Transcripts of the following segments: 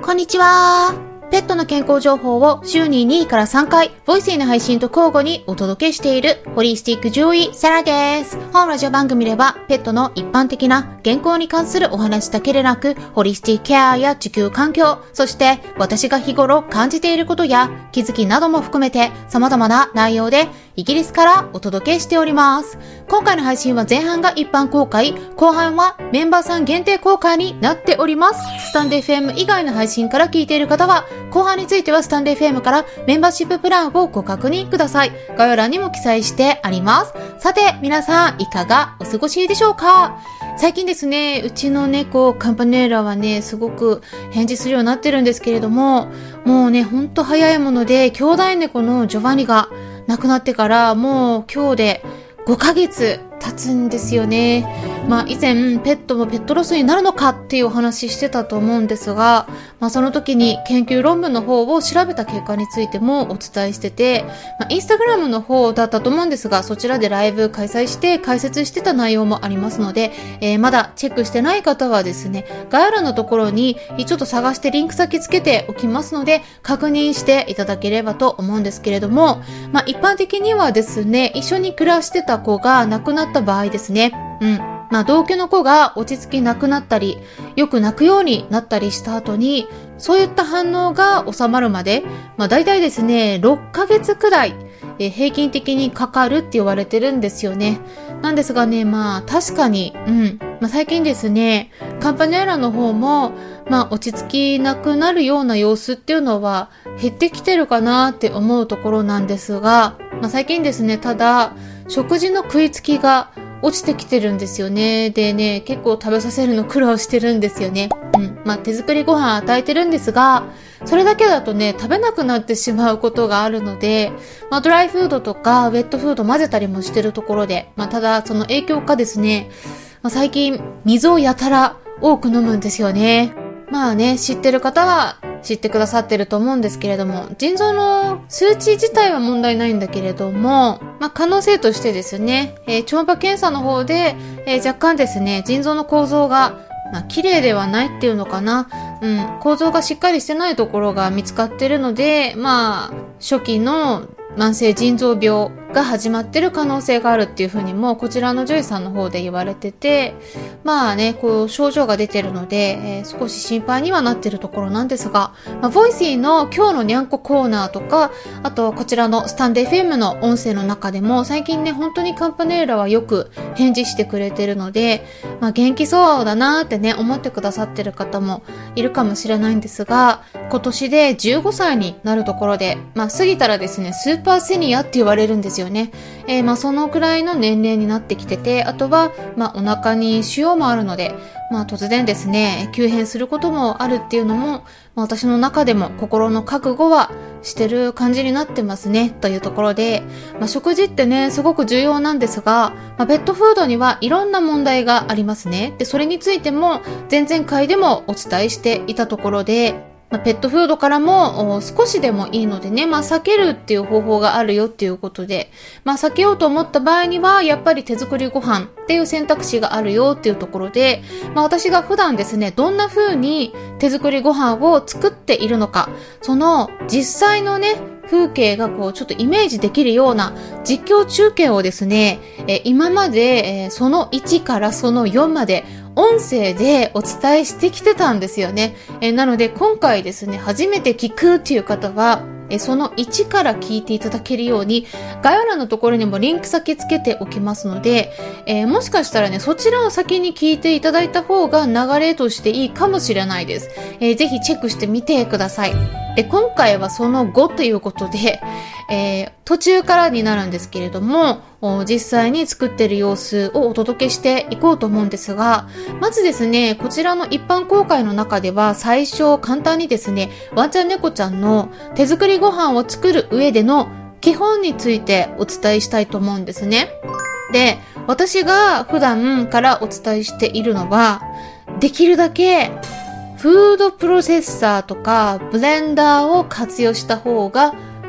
こんにちは。ペットの健康情報を週に2から3回、ボイスへの配信と交互にお届けしているホリスティック獣医サラです。本ラジオ番組では、ペットの一般的な健康に関するお話だけでなく、ホリスティックケアや地球環境、そして私が日頃感じていることや気づきなども含めて様々な内容でイギリスからお届けしております。今回の配信は前半が一般公開、後半はメンバーさん限定公開になっております。スタンデー FM 以外の配信から聞いている方は、後半についてはスタンデー FM からメンバーシッププランをご確認ください。概要欄にも記載してあります。さて、皆さんいかがお過ごしでしょうか？最近ですね、うちの猫カンパネーラはね、すごく返事するようになってるんですけれども、もうね、ほんと早いもので、兄弟猫のジョバニが亡くなってからもう今日で5ヶ月経つんですよね。以前ペットもペットロスになるのかっていうお話してたと思うんですが、その時に研究論文の方を調べた結果についてもお伝えしてて、インスタグラムの方だったと思うんですが、そちらでライブ開催して解説してた内容もありますので、まだチェックしてない方はですね、概要欄のところにちょっと探してリンク先つけておきますので、確認していただければと思うんですけれども、一般的にはですね、一緒に暮らしてた子が亡くなった場合ですね、同居の子が落ち着きなくなったり、よく泣くようになったりした後に、そういった反応が収まるまで、だいたいですね、6ヶ月くらい、平均的にかかるって言われてるんですよね。なんですがね、確かに、最近ですね、カンパネーラの方も、落ち着きなくなるような様子っていうのは減ってきてるかなって思うところなんですが、最近ですね、ただ、食事の食いつきが落ちてきてるんですよね。でね、結構食べさせるの苦労してるんですよね。手作りご飯与えてるんですが、それだけだとね、食べなくなってしまうことがあるので、ドライフードとかウェットフード混ぜたりもしてるところで、ただその影響かですね、最近水をやたら多く飲むんですよね。知ってる方は知ってくださってると思うんですけれども、腎臓の数値自体は問題ないんだけれども、可能性としてですね、超音波検査の方で、若干ですね、腎臓の構造が綺麗ではないっていうのかな。構造がしっかりしてないところが見つかってるので、初期の慢性腎臓病が始まってる可能性があるっていうふうにも、こちらの獣医さんの方で言われてて、症状が出てるので、少し心配にはなってるところなんですが、ボイシーの今日のにゃんこコーナーとか、あとこちらのスタンデー FM の音声の中でも、最近ね、本当にカンパネーラはよく返事してくれてるので、元気そうだなーってね、思ってくださってる方もいるかもしれないんですが、今年で15歳になるところで、過ぎたらですね、スーパーセニアって言われるんですよね。そのくらいの年齢になってきてて、あとは、お腹に腫瘍もあるので、突然ですね、急変することもあるっていうのも、私の中でも心の覚悟はしてる感じになってますね、というところで、食事ってね、すごく重要なんですが、ペットフードにはいろんな問題がありますね。で、それについても、前々回でもお伝えしていたところで、ペットフードからも少しでもいいのでね、避けるっていう方法があるよっていうことで、避けようと思った場合には、やっぱり手作りご飯っていう選択肢があるよっていうところで、私が普段ですね、どんな風に手作りご飯を作っているのか、その実際のね、風景がちょっとイメージできるような実況中継をですね、今までその1からその4まで音声でお伝えしてきてたんですよね。なので今回ですね、初めて聞くっていう方は、その1から聞いていただけるように、概要欄のところにもリンク先つけておきますので、もしかしたらね、そちらを先に聞いていただいた方が流れとしていいかもしれないです。ぜひチェックしてみてください。で、今回はその後ということで、途中からになるんですけれども、実際に作っている様子をお届けしていこうと思うんですが、まずですね、こちらの一般公開の中では最初簡単にですね、ワンちゃん猫ちゃんの手作りご飯を作る上での基本についてお伝えしたいと思うんですね。で、私が普段からお伝えしているのは、できるだけフードプロセッサーとかブレンダーを活用した方が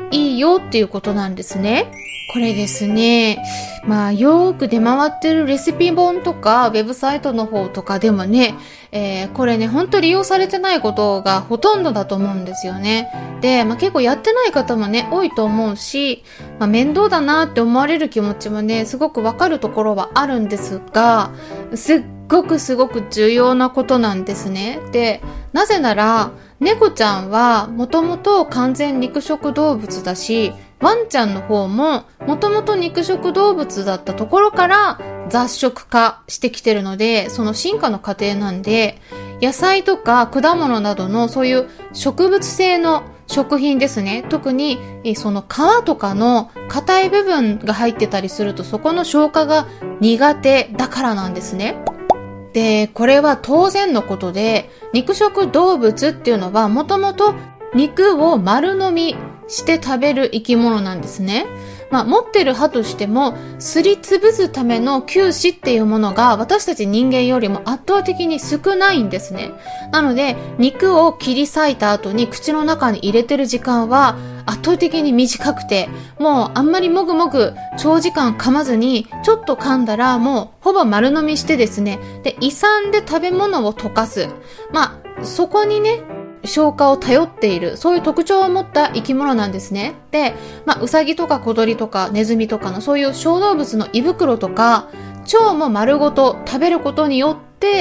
いいよっていうことなんですね。これですね、よーく出回ってるレシピ本とかウェブサイトの方とかでもね、これね、ほんと利用されてないことがほとんどだと思うんですよね。で、結構やってない方もね、多いと思うし、面倒だなって思われる気持ちもね、すごくわかるところはあるんですが、すっごく重要なことなんですね。で、なぜなら、猫ちゃんはもともと完全肉食動物だし、ワンちゃんの方ももともと肉食動物だったところから雑食化してきてるので、その進化の過程なんで、野菜とか果物などのそういう植物性の食品ですね。特にその皮とかの硬い部分が入ってたりすると、そこの消化が苦手だからなんですね。で、これは当然のことで、肉食動物っていうのはもともと肉を丸飲みして食べる生き物なんですね。持ってる歯としても、すりつぶすための臼歯っていうものが私たち人間よりも圧倒的に少ないんですね。なので、肉を切り裂いた後に口の中に入れてる時間は圧倒的に短くて、もうあんまりもぐもぐ長時間噛まずに、ちょっと噛んだらもうほぼ丸飲みしてですね、で、胃酸で食べ物を溶かす。そこにね、消化を頼っている、そういう特徴を持った生き物なんですね。で、ウサギとか小鳥とかネズミとかのそういう小動物の胃袋とか腸も丸ごと食べることによって、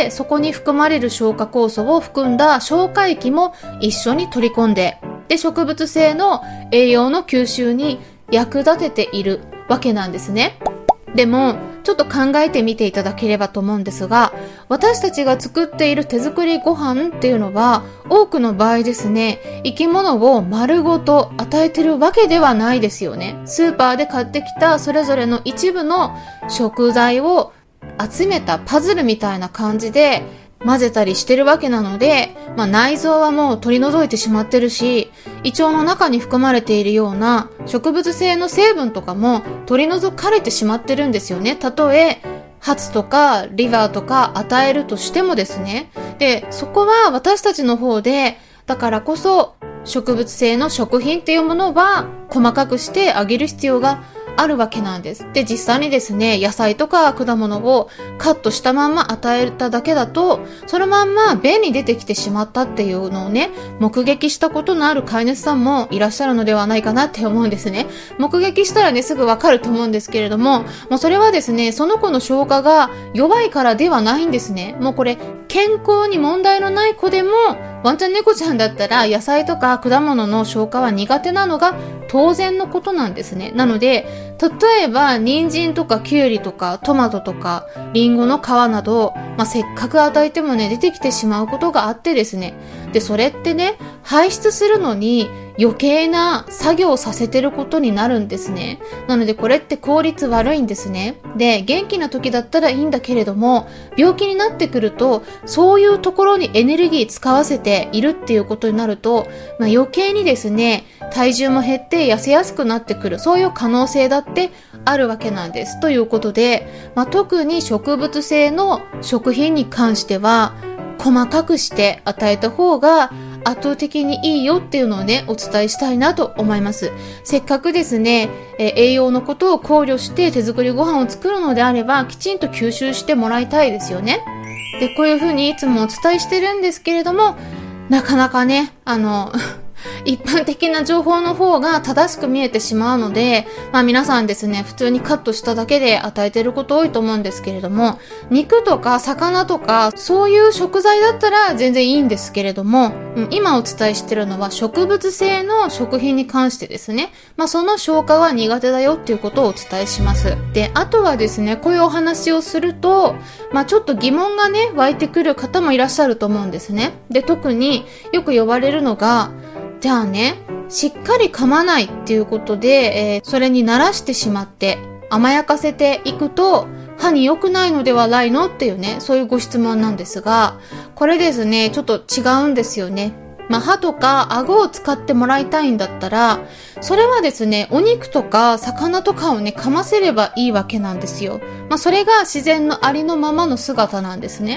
そこに含まれる消化酵素を含んだ消化液も一緒に取り込んで、で、植物性の栄養の吸収に役立てているわけなんですね。でも、ちょっと考えてみていただければと思うんですが、私たちが作っている手作りご飯っていうのは、多くの場合ですね、生き物を丸ごと与えてるわけではないですよね。スーパーで買ってきたそれぞれの一部の食材を集めたパズルみたいな感じで混ぜたりしてるわけなので、内臓はもう取り除いてしまってるし、胃腸の中に含まれているような植物性の成分とかも取り除かれてしまってるんですよね。たとえハツとかリバーとか与えるとしてもですね。で、そこは私たちの方で、だからこそ植物性の食品っていうものは細かくしてあげる必要があるわけなんです。で、実際にですね、野菜とか果物をカットしたまんま与えただけだと、そのまんま便に出てきてしまったっていうのをね、目撃したことのある飼い主さんもいらっしゃるのではないかなって思うんですね。目撃したらね、すぐわかると思うんですけれども、もうそれはですね、その子の消化が弱いからではないんですね。もうこれ、健康に問題のない子でも、ワンちゃん猫ちゃんだったら野菜とか果物の消化は苦手なのが当然のことなんですね。なので、例えば人参とかキュウリとかトマトとかリンゴの皮など、せっかく与えてもね、出てきてしまうことがあってですね。で、それってね、排出するのに余計な作業をさせてることになるんですね。なのでこれって効率悪いんですね。で、元気な時だったらいいんだけれども、病気になってくると、そういうところにエネルギー使わせているっていうことになると、余計にですね、体重も減って痩せやすくなってくる、そういう可能性だってあるわけなんです。ということで、特に植物性の食品に関しては、細かくして与えた方が圧倒的にいいよっていうのをね、お伝えしたいなと思います。せっかくですね、栄養のことを考慮して手作りご飯を作るのであれば、きちんと吸収してもらいたいですよね。で、こういうふうにいつもお伝えしてるんですけれども、なかなかね、一般的な情報の方が正しく見えてしまうので、皆さんですね、普通にカットしただけで与えてること多いと思うんですけれども、肉とか魚とかそういう食材だったら全然いいんですけれども、今お伝えしてるのは植物性の食品に関してですね、その消化は苦手だよっていうことをお伝えします。で、あとはですね、こういうお話をすると、ちょっと疑問がね、湧いてくる方もいらっしゃると思うんですね。で、特によく呼ばれるのが、じゃあね、しっかり噛まないっていうことで、それに慣らしてしまって甘やかせていくと歯に良くないのではないのっていうね、そういうご質問なんですが、これですね、ちょっと違うんですよね。歯とか顎を使ってもらいたいんだったら、それはですね、お肉とか魚とかをね、噛ませればいいわけなんですよ。それが自然のありのままの姿なんですね。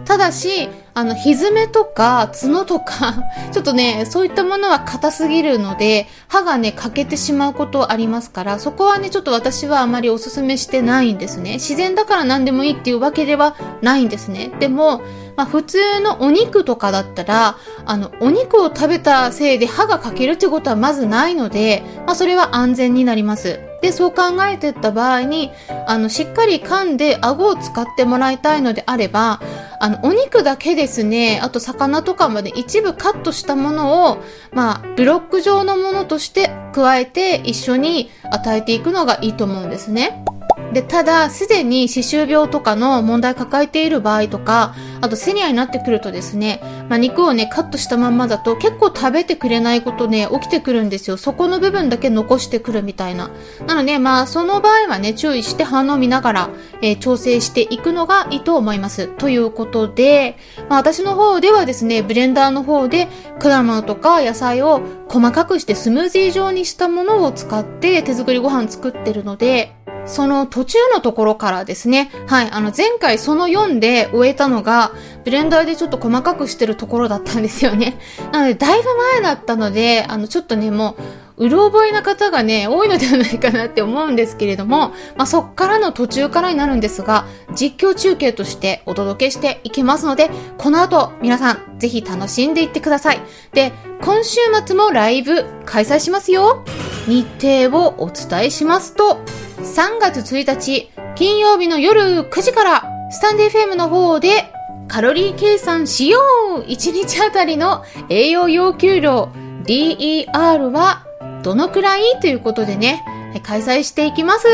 ただし、ひずめとか角とか、ちょっとね、そういったものは硬すぎるので、歯がね、欠けてしまうことありますから、そこはね、ちょっと私はあまりおすすめしてないんですね。自然だから何でもいいっていうわけではないんですね。でも、普通のお肉とかだったら、お肉を食べたせいで歯が欠けるってことはまずないので、それは安全になります。で、そう考えていった場合に、しっかり噛んで顎を使ってもらいたいのであれば、お肉だけですね、あと魚とかまで一部カットしたものを、ブロック状のものとして加えて一緒に与えていくのがいいと思うんですね。で、ただ、すでに歯周病とかの問題抱えている場合とか、あとセニアになってくるとですね、肉をね、カットしたまんまだと結構食べてくれないことね、起きてくるんですよ。そこの部分だけ残してくるみたいな。なので、その場合はね、注意して反応を見ながら、調整していくのがいいと思います。ということで、私の方ではですね、ブレンダーの方で果物とか野菜を細かくしてスムージー状にしたものを使って手作りご飯作ってるので、その途中のところからですね、前回その4で終えたのが、ブレンダーでちょっと細かくしてるところだったんですよね。なので、だいぶ前だったので、ちょっとね、もう、うろ覚えな方がね、多いのではないかなって思うんですけれども、そっからの途中からになるんですが、実況中継としてお届けしていきますので、この後、皆さん、ぜひ楽しんでいってください。で、今週末もライブ開催しますよ。日程をお伝えしますと、3月1日金曜日の夜9時からスタンデー FM の方でカロリー計算しよう。1日あたりの栄養要求量 DER はどのくらいということでね、開催していきます。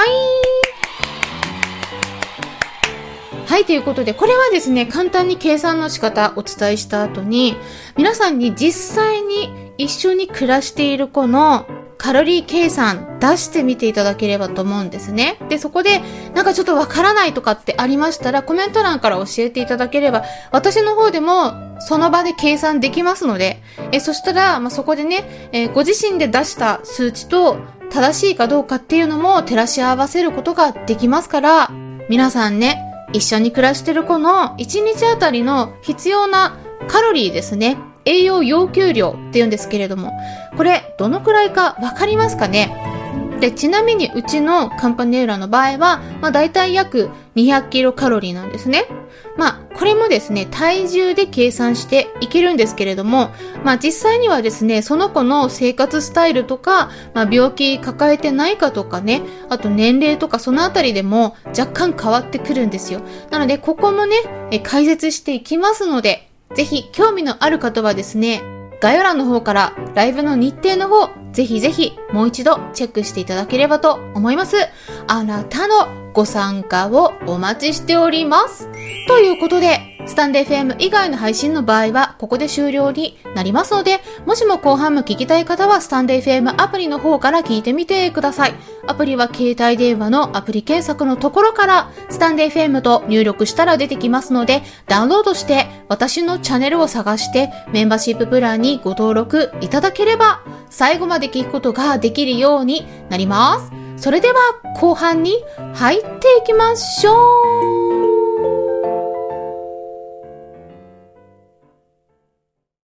はい、ということで、これはですね、簡単に計算の仕方お伝えした後に、皆さんに実際に一緒に暮らしている子のカロリー計算出してみていただければと思うんですね。で、そこでちょっとわからないとかってありましたらコメント欄から教えていただければ、私の方でもその場で計算できますので、そしたら、そこでね、ご自身で出した数値と正しいかどうかっていうのも照らし合わせることができますから、皆さんね、一緒に暮らしてる子の1日あたりの必要なカロリーですね。栄養要求量って言うんですけれども、これどのくらいかわかりますかね。で、ちなみにうちのカンパネーラの場合は、だいたい約200キロカロリーなんですね。これもですね、体重で計算していけるんですけれども、実際にはですね、その子の生活スタイルとか、病気抱えてないかとかね、あと年齢とかそのあたりでも若干変わってくるんですよ。なので、ここもね、解説していきますので、ぜひ興味のある方はですね、概要欄の方からライブの日程の方、ぜひぜひもう一度チェックしていただければと思います。あなたのご参加をお待ちしております。ということで、スタンデー FM 以外の配信の場合はここで終了になりますので、もしも後半も聞きたい方はスタンデー FM アプリの方から聞いてみてください。アプリは携帯電話のアプリ検索のところからスタンデー FM と入力したら出てきますので、ダウンロードして私のチャンネルを探してメンバーシッププランにご登録いただければ最後まで聞くことができるようになります。それでは後半に入っていきましょう。